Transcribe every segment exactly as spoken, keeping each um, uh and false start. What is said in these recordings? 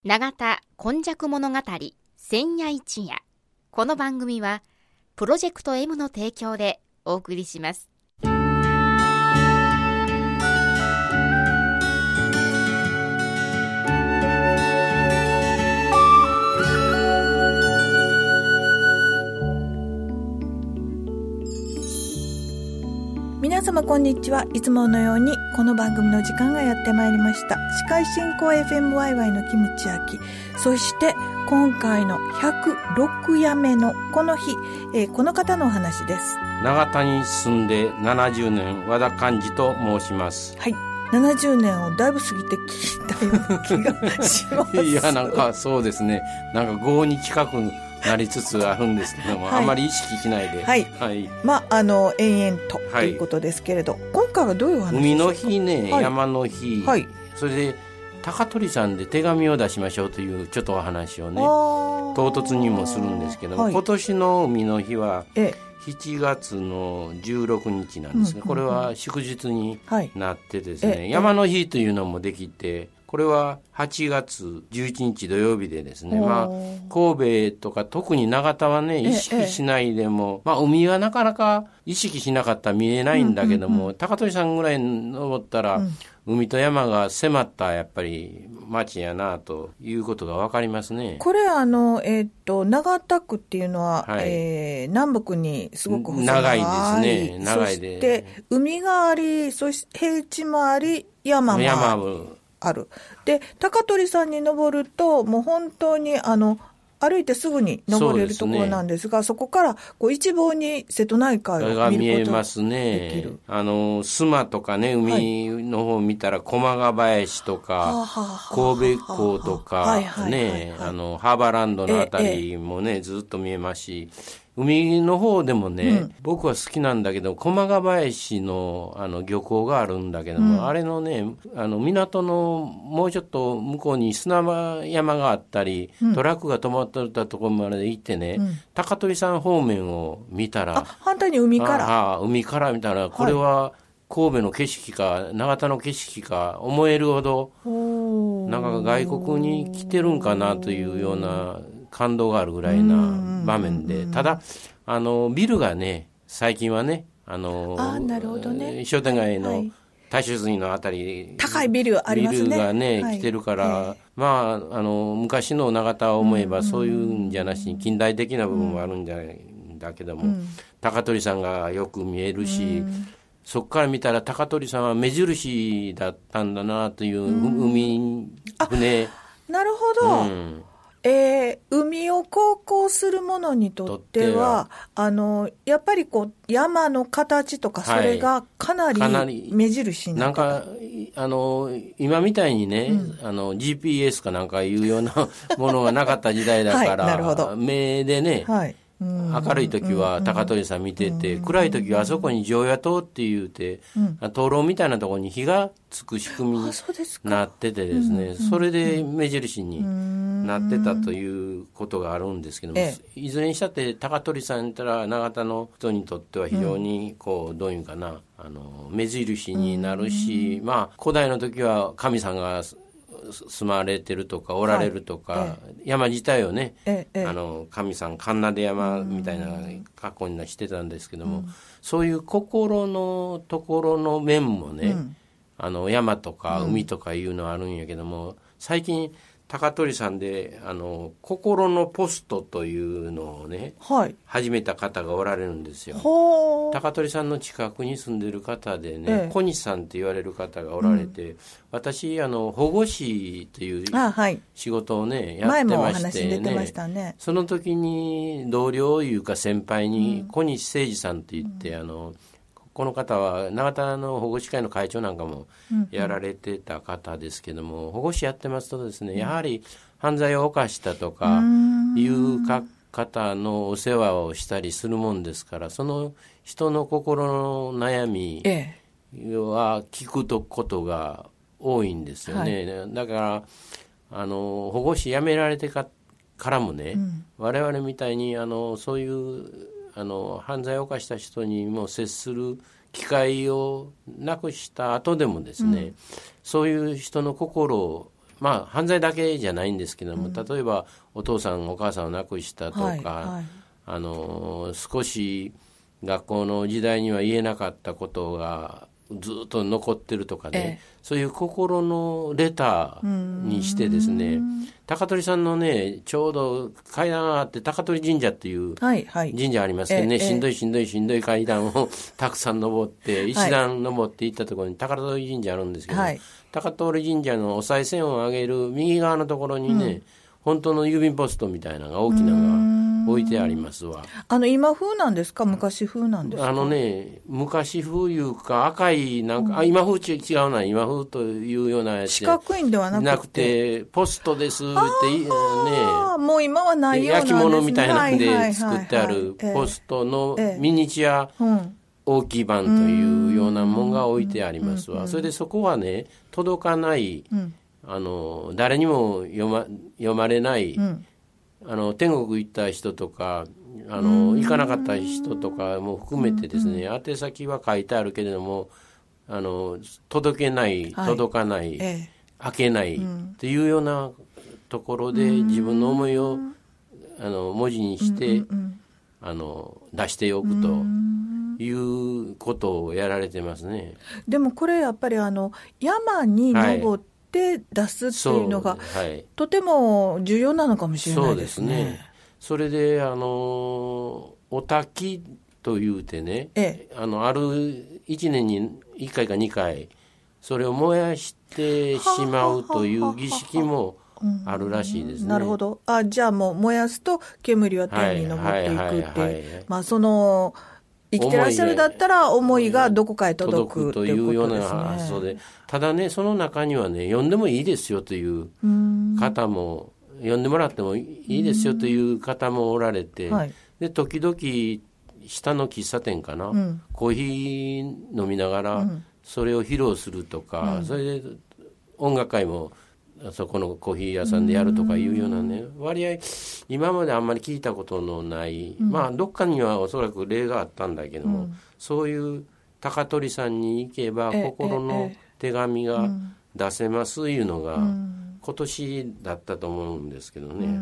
永田今昔物語千夜一夜。この番組はプロジェクト M の提供でお送りします。 皆様こんにちは。いつものようにこの番組の時間がやってまいりました。司会進行 エフエムワイワイ のキムチ焼き、そして今回のひゃくろく夜目のこの日、えー、この方のお話です。 永田に住んでななじゅうねん、和田寛治と申します。 はい、ななじゅうねんをだいぶ過ぎてきたような気がしますいや、なんかそうですね、なんかごに近くなりつつあるんですけども、はい、あんまり意識しないで、 はいはい、まああの延々と、はい、ということですけれど、今回はどういうお話ですか？ 海の日ね、はい、山の日、はい、それで高取さんで手紙を出しましょうというちょっとお話をね、唐突にもするんですけども、はい、今年の海の日はしちがつのじゅうろくにちなんですが、これは祝日になってですね、はい、山の日というのもできて、これははちがつじゅういちにち土曜日でですね、まあ、神戸とか特に長田はね、意識しないでも、まあ、海はなかなか意識しなかったら見えないんだけども、うんうんうん、高取さんぐらい登ったら、うん、海と山が迫ったやっぱり町やなということが分かりますね。 これあの、えー、っと長田区っていうのは、はい、えー、南北にすごく細長い長いですね。長いで、 そして海があり、そして平地もあり、山もある。山もある。で、高取さんに登ると、もう本当にあの歩いてすぐに登れるところなんですが、 そ, す、ね、そこからこう一望に瀬戸内海を見ることができる。見えますね。 あの須磨とかね、海の方見たら駒ヶ林とか、はい、神戸港とかね、あのハーバーランドのあたりもね、ええ、ずっと見えますし、海の方でもね、うん、僕は好きなんだけど、駒ヶ林 の, あの漁港があるんだけども、うん、あれのね、あの港のもうちょっと向こうに砂山があったり、うん、トラックが止まってたところまで行ってね、うん、高取さん方面を見たら、 あ、反対に海から、 ああ海から見たら、これは神戸の景色か長田の景色か思えるほど、なんか外国に来てるんかなというような感動があるぐらいな場面で、ただあのビルがね、最近はね、あのあ、なるほどね、 商店街の大衆水のあたり、 高いビルありますね、 ビルがね、はい、来てるから、はい、まああの昔の長田を思えばそういうんじゃなしに近代的な部分もあるんじゃないんだけども、うん、高取さんがよく見えるし、うん、そこから見たら高取さんは目印だったんだなという、うん、海船、 なるほど、うん、えー、海を航行する者にとっては、あのやっぱりこう山の形とか、それがかなり目印になってた、はい、なんかあの今みたいにね、うん、あの ジーピーエス かなんかいうようなものがなかった時代だから、はい、なるほど、目でね、はい、明るい時は高取さん見てて、うん、暗い時はあそこに常夜灯って言うて、うん、灯籠みたいなところに火がつく仕組みになっててですね、 そ, それで目印になってたということがあるんですけども、ええ、いずれにしたって高取さんやったら長田の人にとっては非常にこう、どういうかな、あの目印になるし、まあ古代の時は神さんが住まれてるとかおられるとか、はい、ええ、山自体をね、ええ、あの神さん神名で山みたいな格好にしてたんですけども、うん、そういう心のところの面もね、うん、あの山とか海とかいうのはあるんやけども、うん、最近高取さんであの心のポストというのをね、はい、始めた方がおられるんですよ。高取さんの近くに住んでる方でね、ええ、小西さんって言われる方がおられて、うん、私あの保護士という仕事をね、やってましてね、前もお話出てましたね。その時に同僚いうか先輩に小西誠二さんって言って、うん、あのこの方は永田の保護士会の会長なんかもやられてた方ですけども、うんうん、保護士やってますとですね、やはり犯罪を犯したとかいう方のお世話をしたりするもんですから、その人の心の悩みは聞くことが多いんですよね、はい、だからあの保護士辞められてかからもね、うん、我々みたいにあのそういうあの犯罪を犯した人にも接する機会をなくした後でもですね、うん、そういう人の心をまあ犯罪だけじゃないんですけども、うん、例えばお父さんお母さんを亡くしたとか、はいはい、あの少し学校の時代には言えなかったことがずっと残ってるとかね、ええ、そういう心のレターにしてですね、高取さんのねちょうど階段があって高取神社っていう神社ありますけどね、はいはい、しんどいしんどいしんどい階段をたくさん登って一段登っていったところに高取神社あるんですけど、はい、高取神社のお賽銭をあげる右側のところにね、うん、本当の郵便ポストみたいなのが大きなのが置いてありますわ。 あの今風なんですか昔風なんですか？ あのね昔風いうか赤いなんか、うん、あ今風違うな今風というようなやつ四角いんではなくてなくてポストですってねもう今はないようなんですね。 焼き物みたいなんで作ってあるポストのミニチュア大きい版というようなものが置いてありますわ。それでそこはね届かない、うん、あの誰にも読ま、読まれない、うんあの天国行った人とかあの行かなかった人とかも含めてですね、宛先は書いてあるけれどもあの届けない、はい、届かない、ええ、開けないっていうようなところで自分の思いをあの文字にして、うんうんうん、あの出しておくということをやられてますね。 でもこれやっぱりあの山に登って、はいで出すっていうのが、はい、とても重要なのかもしれないですね。そうですね。 それであのお焚きというてね、ええ、あのあるいちねんにいっかいかにかいそれを燃やしてしまうという儀式もあるらしいですね。 なるほど。あじゃあもう燃やすと煙は天に昇っていくっていう、まあその生きてらっしゃるだったら思いがどこかへ届くというような発想で、ただねその中にはね読んでもいいですよという方も読んでもらってもいいですよという方もおられて、はい、で時々下の喫茶店かな、うん、コーヒー飲みながらそれを披露するとか、うん、それで音楽会もそこのコーヒー屋さんでやるとかいうようなね割合今まであんまり聞いたことのない、うん、まあどっかにはおそらく例があったんだけども、うん、そういう高取さんに行けば心の手紙が出せますいうのが今年だったと思うんですけどね、うん、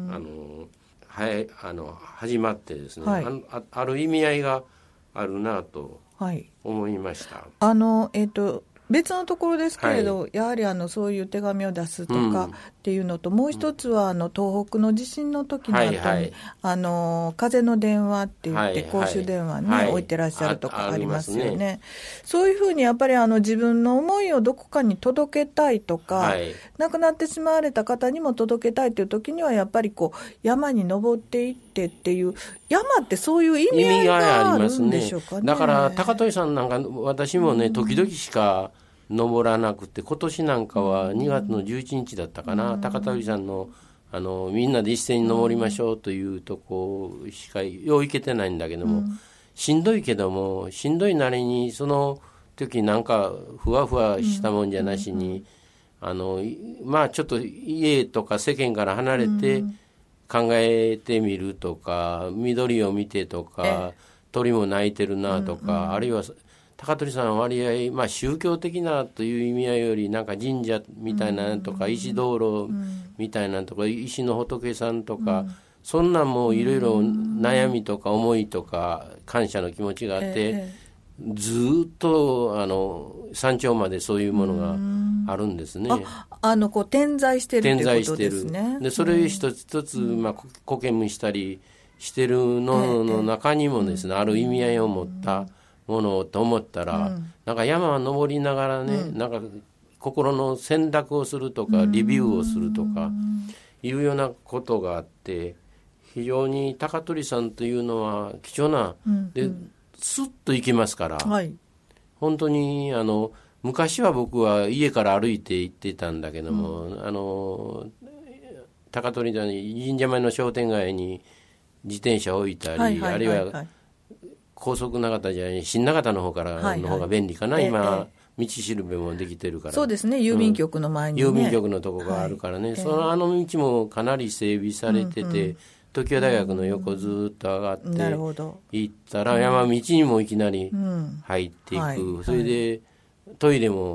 あのはいあの始まってですね、はい、あ, ある意味合いがあるなと思いました、はい、 あのえっ、ー、と別のところですけれど、はい、やはりあのそういう手紙を出すとかっていうのと、うん、もう一つはあの東北の地震の時の後に、はいはい、あの風の電話って言って、はいはい、公衆電話に、ねはい、置いてらっしゃるとかありますよ ね, すねそういうふうにやっぱりあの自分の思いをどこかに届けたいとか、はい、亡くなってしまわれた方にも届けたいという時にはやっぱりこう山に登っていってっていう山ってそういう意味合いがあるんでしょうかね。 だから高取さんなんか私もね時々しか登らなくて今年なんかはにがつのじゅういちにちだったかな、うん、高取さん の, あのみんなで一斉に登りましょうというとこしかよう行けてないんだけども、うん、しんどいけどもしんどいなりにその時なんかふわふわしたもんじゃなしに、うん、あのまあちょっと家とか世間から離れて考えてみるとか緑を見てとか鳥も鳴いてるなとか、うんうん、あるいは高取さんは割合、まあ、宗教的なという意味合いよりなんか神社みたいなとか石灯籠みたいなとか石の仏さんとかそんなんもいろいろ悩みとか思いとか感謝の気持ちがあってずっとあの山頂までそういうものがあるんですね。 ああのこう点在してるということですね。点在してる。でそれ一つ一つ、まあ、苔むしたりしてるのの中にもですねある意味合いを持ったものをと思ったら、うん、なんか山を登りながらね、うん、なんか心の選択をするとかリビューをするとかいうようなことがあって非常に高取さんというのは貴重な、うん、でスッと行けますから、はい、本当にあの昔は僕は家から歩いて行ってたんだけども、うん、あの高取さんに神社前の商店街に自転車を置いたり、はいはいはいはい、あるいは高速長田じゃない新長田の方からの方が便利かな、はいはい、今、えー、道しるべもできてるからそうですね郵便局の前に、ねうん、郵便局のとこがあるからね、はい、そのあの道もかなり整備されてて、うんうん、東京大学の横ずっと上がって行ったら山道にもいきなり入っていく、うんはいはい、それでトイレも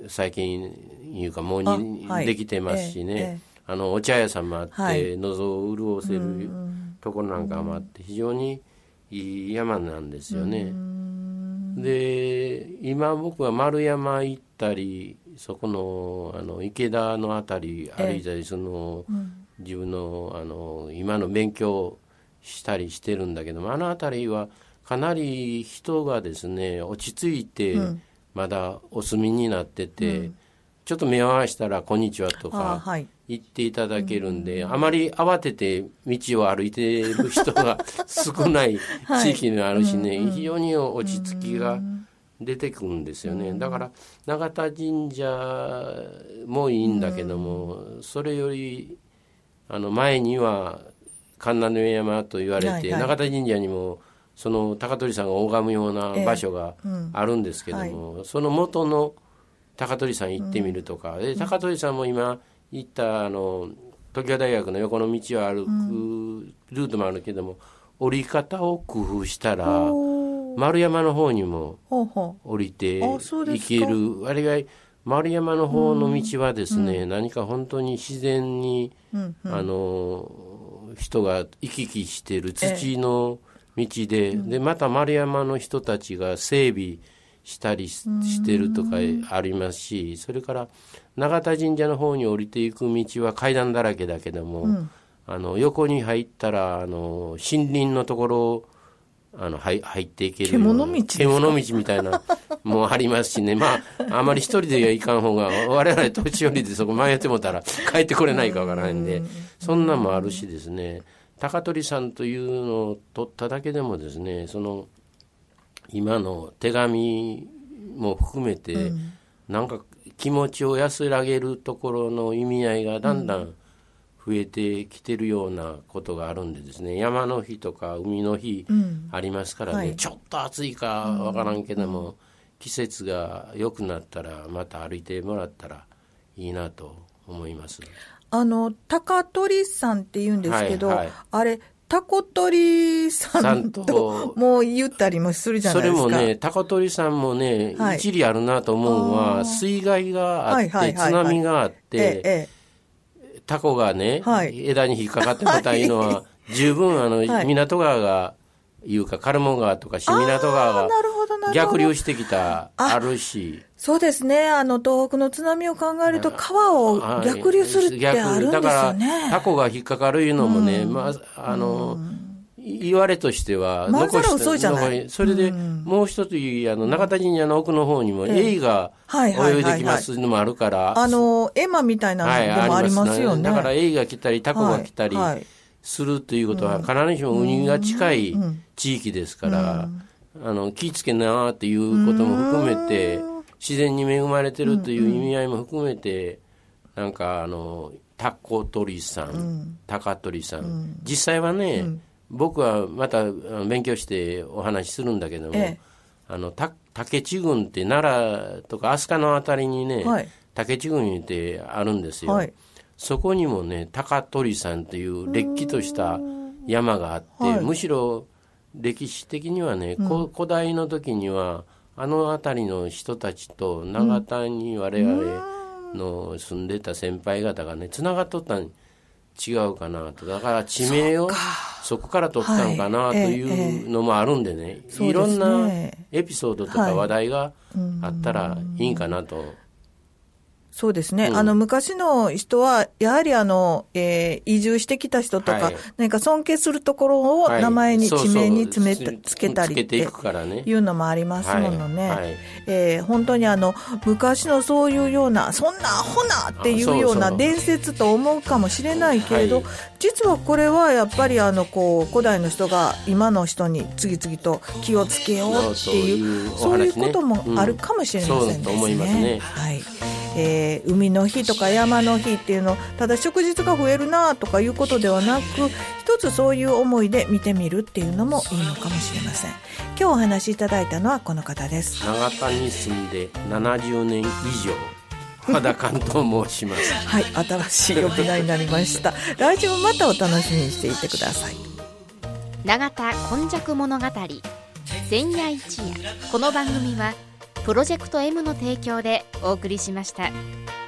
最近いうかもうに、はい、できてますしね、ええ、あのお茶屋さんもあって、はい、喉を潤せるところなんかもあって非常にいい山なんですよね。で今僕は丸山行ったりそこ の, あの池田のあたり歩いたりその、ええ、自分 の, あの今の勉強したりしてるんだけども、あのあたりはかなり人がですね落ち着いてまだお住みになってて、うん、ちょっと目を合わせたらこんにちはとか言っていただけるんで、はい、あまり慌てて道を歩いている人が少ない地域にあるしね、はい、非常に落ち着きが出てくるんですよね。だから永田神社もいいんだけども、それよりあの前には神奈上山と言われて、はいはい、永田神社にもその高取さんが拝むような場所があるんですけども、えーうんはい、その元の高取さん行ってみるとか、うん、で高取さんも今行ったあの常盤大学の横の道を歩くルートもあるけども、降り方を工夫したら丸山の方にも降りて行ける。あれが丸山の方の道はですね、うん、何か本当に自然に、うんうん、あの人が行き来している土の道で、えでまた丸山の人たちが整備したり し, してるとかありますし、それから永田神社の方に降りていく道は階段だらけだけども、うん、あの横に入ったらあの森林のところをあの 入, 入っていける獣道ですか？ 獣道みたいなもありますしね、まああまり一人ではいかん方が我々年寄りでそこ迷ってもたら帰ってこれないかわからないんで、そんなんもあるしですね、高取さんというのを取っただけでもですね、その今の手紙も含めて、うん、なんか気持ちを安らげるところの意味合いがだんだん増えてきてるようなことがあるんでですね、山の日とか海の日ありますからね、うんはい、ちょっと暑いかわからんけども、うん、季節が良くなったらまた歩いてもらったらいいなと思います。 あの高取さんって言うんですけど、はいはい、あれタコ取さんともう言ったりもするじゃないですか。 それもね、タコ取さんもね、はい、一理あるなと思うのは水害があって、はいはいはいはい、津波があって、ええ、タコがね、はい、枝に引っかかってもたいのは十分あの、はい、港川がいうかカルモ川とか新港川が逆流してきたあるし、 そうですね、あの東北の津波を考えると川を逆流するってあるんですよね。だからタコが引っかかるいうのもね、うん、まああの、うん、言われとしては残して、まあ、嘘じゃない。 それで、うん、もう一つあの中田神社の奥の方にもエイが泳いできますのもあるから、 あのエマみたいなのでもありますよね。 だからエイが来たりタコが来たり、はいはいするということは、必ずしも海が近い地域ですから、うん、あの気ぃつけなっていうことも含めて、自然に恵まれてるという意味合いも含めて、なんかあのタコ取さん、うん、高取さん、うん、実際はね、うん、僕はまた勉強してお話しするんだけども、ええ、あのた竹地郡って奈良とか飛鳥のあたりにね、はい、竹地郡ってあるんですよ。はいそこにもね高取さんというれっきとした山があって、はい、むしろ歴史的にはね、うん、古代の時にはあの辺りの人たちと長田に我々の住んでた先輩方がねつながっとったん違うかなと。だから地名をそこから取ったんかなというのもあるんでね、はいえええ、いろんなエピソードとか話題があったらいいんかなと、はいそうですね、うん、あの昔の人はやはりあの、えー、移住してきた人とか、はい、何か尊敬するところを名前に、はい、地名に詰めてつけたりっていうのもありますものね、はいはいえー、本当にあの昔のそういうようなそんなアホなっていうような伝説と思うかもしれないけれど、はい、実はこれはやっぱりあのこう古代の人が今の人に次々と気をつけようっていうそういうこともあるかもしれませんですね、うん、そうと思いますね、はいえー、海の日とか山の日っていうのただ祝日が増えるなとかいうことではなく一つそういう思いで見てみるっていうのもいいのかもしれません。今日お話しいただいたのはこの方です。 長田に住んでななじゅうねん以上和田寛と申しますはい新しい呼び名になりました来週もまたお楽しみにしていてください。 長田今昔物語千夜一夜。この番組はプロジェクト M の提供でお送りしました。